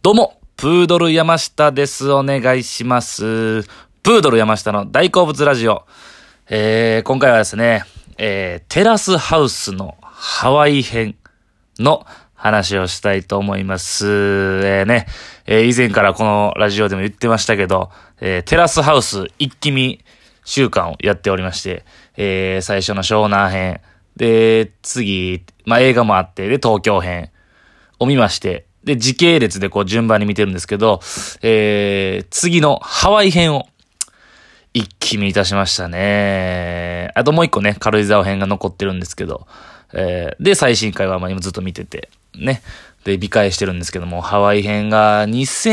どうも、プードル山下です。お願いします。プードル山下の大好物ラジオ。今回はですね、テラスハウスのハワイ編の話をしたいと思います。以前からこのラジオでも言ってましたけど、テラスハウス一気見週間をやっておりまして、最初の湘南編、で、次、映画もあって、で、東京編を見まして、で、時系列でこう順番に見てるんですけど、次のハワイ編を一気見いたしましたね。あともう一個ね、軽井沢編が残ってるんですけど、で、最新回は今ずっと見てて、ね。で、理解してるんですけども、ハワイ編が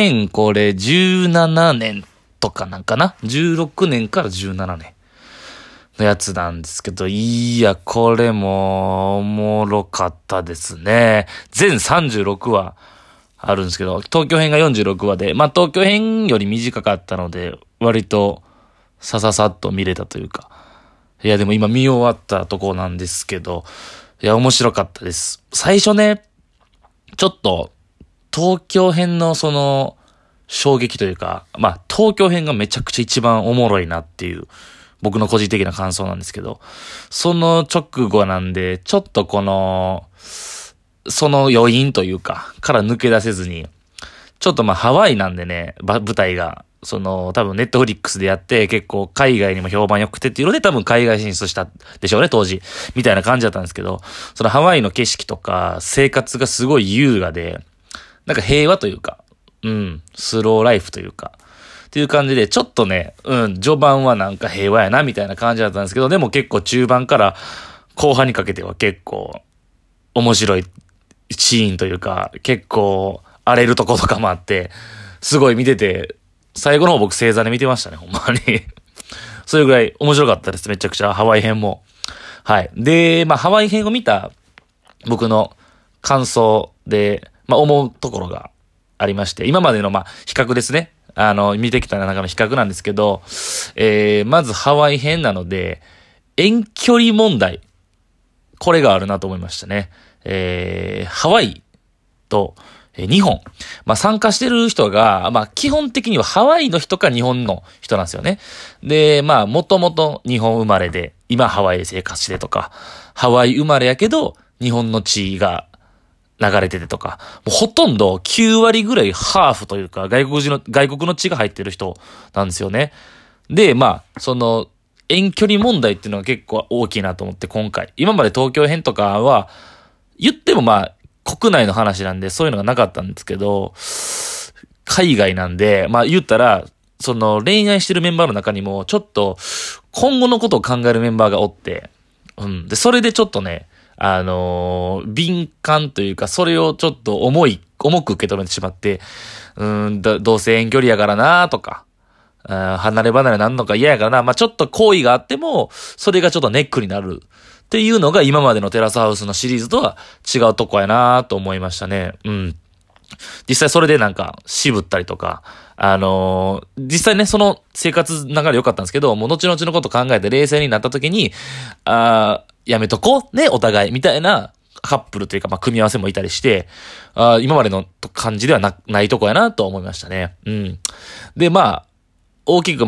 2017年とかなんかな ?16 年から17年のやつなんですけど、いや、これもおもろかったですね。全36話あるんですけど、東京編が46話で、東京編より短かったので、割とさっと見れたというか。いや、でも今見終わったとこなんですけど、いや、面白かったです。最初ね、ちょっと、東京編のその、衝撃というか、東京編がめちゃくちゃ一番おもろいなっていう、僕の個人的な感想なんですけど、その直後なんで、ちょっとこの、その余韻というか、から抜け出せずに、ちょっとハワイなんでね、舞台が、多分ネットフリックスでやって、結構海外にも評判良くてっていうので多分海外進出したでしょうね、当時。みたいな感じだったんですけど、そのハワイの景色とか、生活がすごい優雅で、なんか平和というか、スローライフというか、っていう感じで、ちょっとね、序盤はなんか平和やな、みたいな感じだったんですけど、でも結構中盤から後半にかけては結構面白いシーンというか、結構荒れるとことかもあって、すごい見てて、最後の方僕正座で見てましたね、ほんまに。それぐらい面白かったです、めちゃくちゃ、ハワイ編も。はい。で、ハワイ編を見た僕の感想で、思うところがありまして、今までの比較ですね。見てきた中の比較なんですけど、まずハワイ編なので、遠距離問題。これがあるなと思いましたね。ハワイと日本。参加してる人が、基本的にはハワイの人か日本の人なんですよね。で、もともと日本生まれで、今ハワイで生活してとか、ハワイ生まれやけど、日本の血が流れててとか、もうほとんど9割ぐらいハーフというか、外国の血が入ってる人なんですよね。で、その、遠距離問題っていうのが結構大きいなと思って今回。今まで東京編とかは、言っても国内の話なんでそういうのがなかったんですけど、海外なんで、言ったら、その恋愛してるメンバーの中にも、ちょっと今後のことを考えるメンバーがおって、で、それでちょっとね、敏感というか、それをちょっと重く受け止めてしまって、どうせ遠距離やからなとか、離れ離れなんのか嫌やからな。ちょっと好意があっても、それがちょっとネックになる。っていうのが今までのテラスハウスのシリーズとは違うとこやなと思いましたね。実際それでなんか渋ったりとか、実際ね、その生活流れ良かったんですけど、もう後々のこと考えて冷静になった時に、やめとこうね、お互い、みたいなカップルというか、組み合わせもいたりして、今までの感じではないとこやなと思いましたね。で、大きく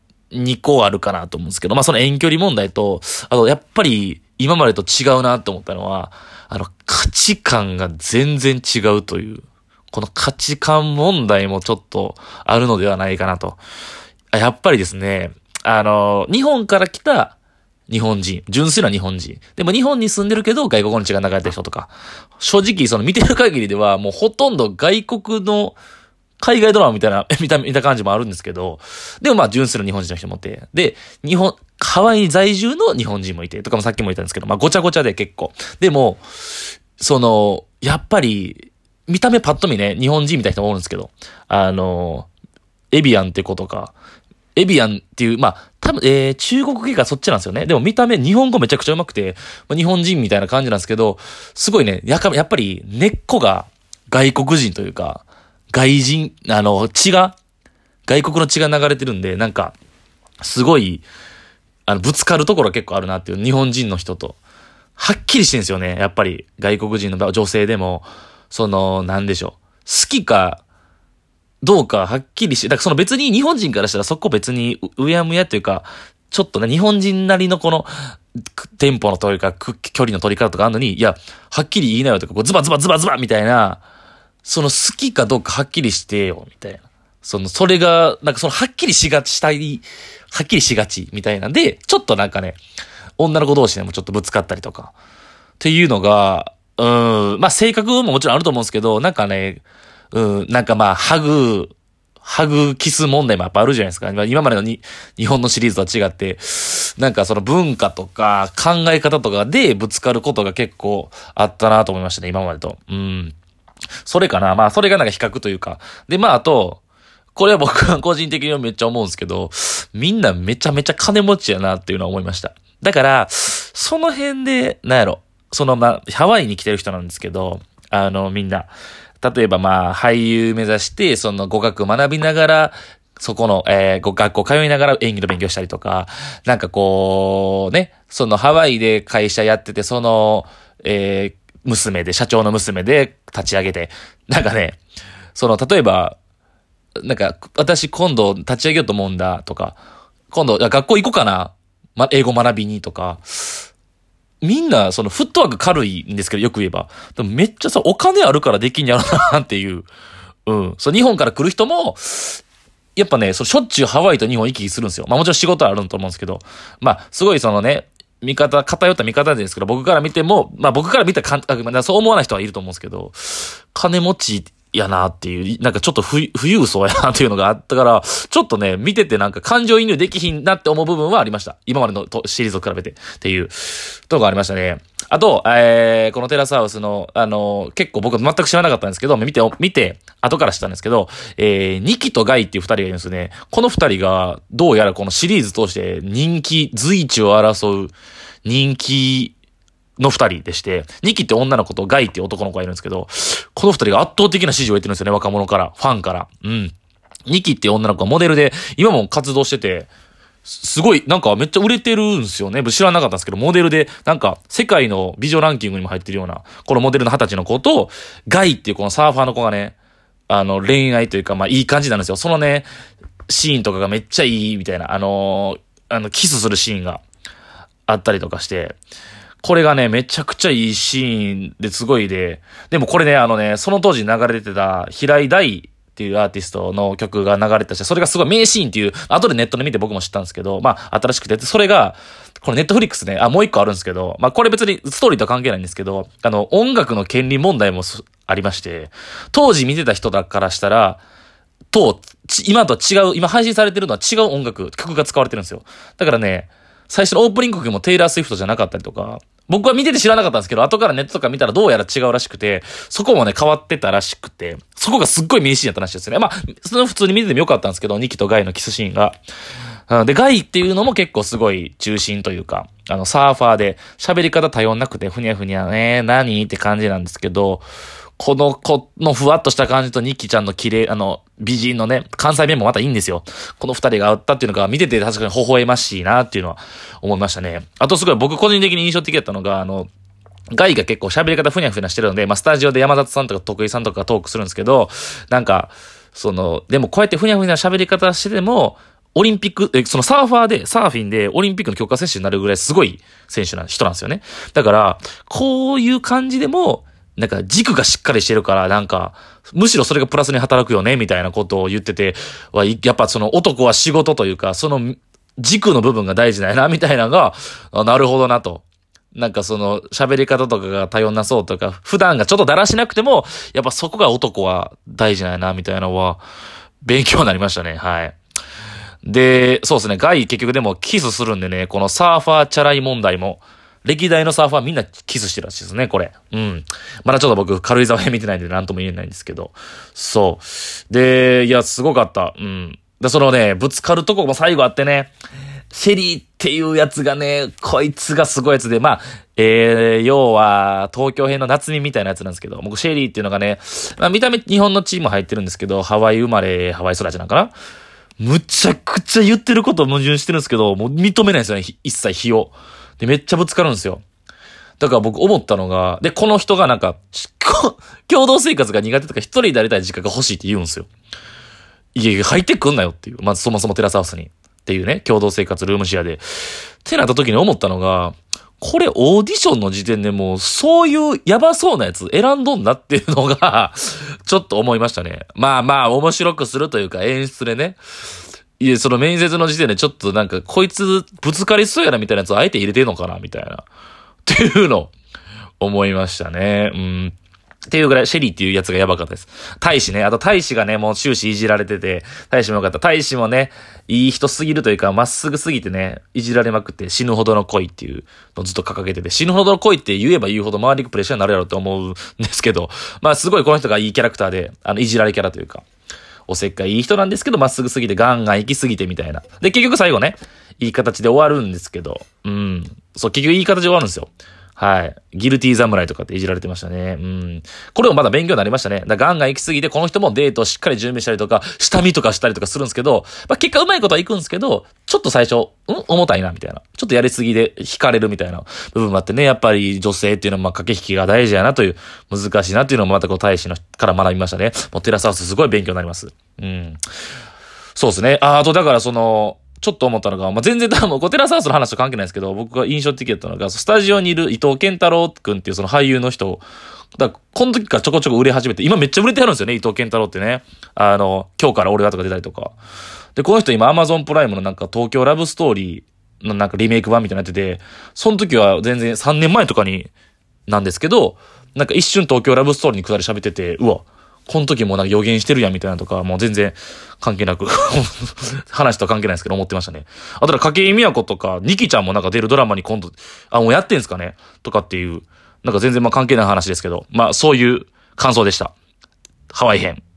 2個あるかなと思うんですけど、その遠距離問題と、あと、やっぱり、今までと違うなと思ったのは、価値観が全然違うという、この価値観問題もちょっとあるのではないかなと。やっぱりですね、日本から来た日本人、純粋な日本人。でも日本に住んでるけど外国の血が流れてる人とか、正直その見てる限りではもうほとんど外国の海外ドラマみたいな、見た感じもあるんですけど、でも純粋な日本人の人もいて、で、ハワイ在住の日本人もいて、とかもさっきも言ったんですけど、ごちゃごちゃで結構。でも、やっぱり、見た目パッと見ね、日本人みたいな人もおるんですけど、エビアンってことか、エビアンっていう、多分、中国系がそっちなんですよね。でも見た目、日本語めちゃくちゃ上手くて、日本人みたいな感じなんですけど、すごいね、やっぱり根っこが外国人というか、外国の血が流れてるんで、なんか、すごい、ぶつかるところ結構あるなっていう、日本人の人と。はっきりしてるんですよね。やっぱり、外国人の女性でも、なんでしょう。好きか、 どうかはっきりして、だからその別に日本人からしたらそこ別にうやむやというか、ちょっとね、日本人なりのこの、テンポの取り方、距離の取り方とかあるのに、いや、はっきり言いなよとか、こうズバズバズバズバみたいな、その好きかどうかはっきりしてよ、みたいな。それが、なんかそのはっきりしがち、はっきりしがち、みたいなんで、ちょっとなんかね、女の子同士でもちょっとぶつかったりとか、っていうのが、まあ性格ももちろんあると思うんですけど、なんかね、なんかまあ、ハグキス問題もやっぱあるじゃないですか。今までの日本のシリーズとは違って、なんかその文化とか考え方とかでぶつかることが結構あったなと思いましたね、今までと。それかな。まあ、それがなんか比較というか。で、まあ、あと、これは僕は個人的にめっちゃ思うんですけど、みんなめちゃめちゃ金持ちやなっていうのは思いました。だから、その辺で、なんやろ。ハワイに来てる人なんですけど、みんな。例えばまあ、俳優目指して、語学学びながら、そこの、学校通いながら演技の勉強したりとか、なんかこう、ね、ハワイで会社やってて、社長の娘で立ち上げて、なんかね、例えば、なんか、私今度立ち上げようと思うんだとか、今度、学校行こうかな、英語学びにとか、みんな、フットワーク軽いんですけど、よく言えば。でもめっちゃお金あるからできんやろなっていう。日本から来る人も、やっぱね、しょっちゅうハワイと日本行き来するんですよ。まあもちろん仕事はあると思うんですけど、まあ、すごい偏った見方ですけど、僕から見ても、まあ僕から見たらそう思わない人はいると思うんですけど、金持ちやなっていう、なんかちょっと富裕層やなっていうのがあったから、ちょっとね、見ててなんか感情移入できひんなって思う部分はありました。今までのシリーズと比べてっていうとこがありましたね。あと、このテラスハウスの、結構僕全く知らなかったんですけど、見て、後から知ったんですけど、ニキとガイっていう二人がいるんですね。この二人が、どうやらこのシリーズ通して随一を争う人気の二人でして、ニキって女の子とガイって男の子がいるんですけど、この二人が圧倒的な支持を得てるんですよね、若者から、ファンから。ニキって女の子はモデルで、今も活動してて、すごい、なんかめっちゃ売れてるんですよね。知らなかったんですけど、モデルで、なんか世界の美女ランキングにも入ってるような、このモデルの20歳の子と、ガイっていうこのサーファーの子がね、恋愛というか、まあいい感じなんですよ。そのね、シーンとかがめっちゃいいみたいな、キスするシーンがあったりとかして、これがね、めちゃくちゃいいシーンですごいで、でもこれね、その当時流れてた平井大っていうアーティストの曲が流れてたし、それがすごい名シーンっていう、後でネットで見て僕も知ったんですけど、まあ、新しくて、それが、これネットフリックスね、もう一個あるんですけど、まあ、これ別にストーリーとは関係ないんですけど、音楽の権利問題もありまして、当時見てた人だからしたら、今とは違う、今配信されてるのは違う曲が使われてるんですよ。だからね、最初のオープニング曲もテイラー・スウィフトじゃなかったりとか、僕は見てて知らなかったんですけど、後からネットとか見たらどうやら違うらしくて、そこもね、変わってたらしくて、そこがすっごい名シーンやったらしいですね。まあ、普通に見ててもよかったんですけど、ニキとガイのキスシーンが。で、ガイっていうのも結構すごい中心というか、サーファーで、喋り方頼んなくて、ふにゃふにゃね、何って感じなんですけど、この子のふわっとした感じとニッキちゃんの綺麗、美人のね、関西弁もまたいいんですよ。この二人が会ったっていうのが見てて確かに微笑ましいなっていうのは思いましたね。あとすごい僕個人的に印象的だったのが、ガイが結構喋り方ふにゃふにゃしてるので、まあ、スタジオで山里さんとか徳井さんとかトークするんですけど、なんか、でもこうやってふにゃふにゃ喋り方してても、オリンピック、サーフィンでオリンピックの強化選手になるぐらいすごい人なんですよね。だから、こういう感じでも、なんか軸がしっかりしてるから、なんか、むしろそれがプラスに働くよね、みたいなことを言ってて、やっぱ男は仕事というか、軸の部分が大事だよな、みたいなのが、なるほどなと。なんか喋り方とかが頼んなそうとか、普段がちょっとだらしなくても、やっぱそこが男は大事だよな、みたいなのは、勉強になりましたね、はい。で、そうですね、ガイ結局でもキスするんでね、このサーファーチャラい問題も、歴代のサーファーみんなキスしてるらしいですね、これ。まだちょっと僕、軽井沢編見てないんで何とも言えないんですけど。そう。で、いや、すごかった。で、ぶつかるとこも最後あってね、シェリーっていうやつがね、こいつがすごいやつで、まあ、要は、東京編の夏美みたいなやつなんですけど、僕、シェリーっていうのがね、まあ、見た目日本のチーム入ってるんですけど、ハワイ生まれ、ハワイ育ちなんかな。むちゃくちゃ言ってること矛盾してるんですけど、もう認めないんですよね、一切非を。で、めっちゃぶつかるんですよ。だから僕思ったのが、で、この人がなんか、共同生活が苦手とか一人でやりたい時間が欲しいって言うんですよ。 いや、入ってくんなよっていう。まずそもそもテラスハウスに。っていうね、共同生活ルームシェアで。ってなった時に思ったのが、これオーディションの時点でもう、そういうやばそうなやつ選んどんなっていうのが、ちょっと思いましたね。まあまあ、面白くするというか演出でね。いや、その面接の時点でちょっとなんか、こいつぶつかりそうやなみたいなやつをあえて入れてんのかなみたいな。っていうのを思いましたね。うん。っていうぐらい、シェリーっていうやつがやばかったです。大使ね。あと大使がね、もう終始いじられてて、大使もよかった。大使もね、いい人すぎるというか、まっすぐすぎてね、いじられまくって死ぬほどの恋っていうのをずっと掲げてて、死ぬほどの恋って言えば言うほど周りにプレッシャーになるやろうと思うんですけど、まあすごいこの人がいいキャラクターで、いじられキャラというか、おせっかいいい人なんですけど、まっすぐすぎてガンガン行きすぎてみたいな。で、結局最後ね、いい形で終わるんですけど、うん。そう、結局いい形で終わるんですよ。はい。ギルティー侍とかっていじられてましたね。うん。これもまだ勉強になりましたね。だからガンガン行き過ぎて、この人もデートをしっかり準備したりとか、下見とかしたりとかするんですけど、まあ結果うまいことは行くんですけど、ちょっと最初、重たいな、みたいな。ちょっとやりすぎで惹かれるみたいな部分もあってね、やっぱり女性っていうのはまあ駆け引きが大事やなという、難しいなっていうのもまたこう大使のから学びましたね。もうテラスハウスすごい勉強になります。うん。そうですね。あとだからその、ちょっと思ったのが、まあ、全然多分、テラスハウスの話と関係ないですけど、僕が印象的だったのが、スタジオにいる伊藤健太郎くんっていうその俳優の人、だからこの時からちょこちょこ売れ始めて、今めっちゃ売れてはるんですよね、伊藤健太郎ってね。今日から俺はとか出たりとか。で、この人今 Amazon プライムのなんか東京ラブストーリーのなんかリメイク版みたいになってて、その時は全然3年前とかになんですけど、なんか一瞬東京ラブストーリーにくだり喋ってて、うわ、この時もなんか予言してるやんみたいなとか、もう全然関係なく話とは関係ないですけど思ってましたね。あとは筧美和子とか、ニキちゃんもなんか出るドラマに今度、もうやってんすかねとかっていう、なんか全然まあ関係ない話ですけど、まあそういう感想でした。ハワイ編。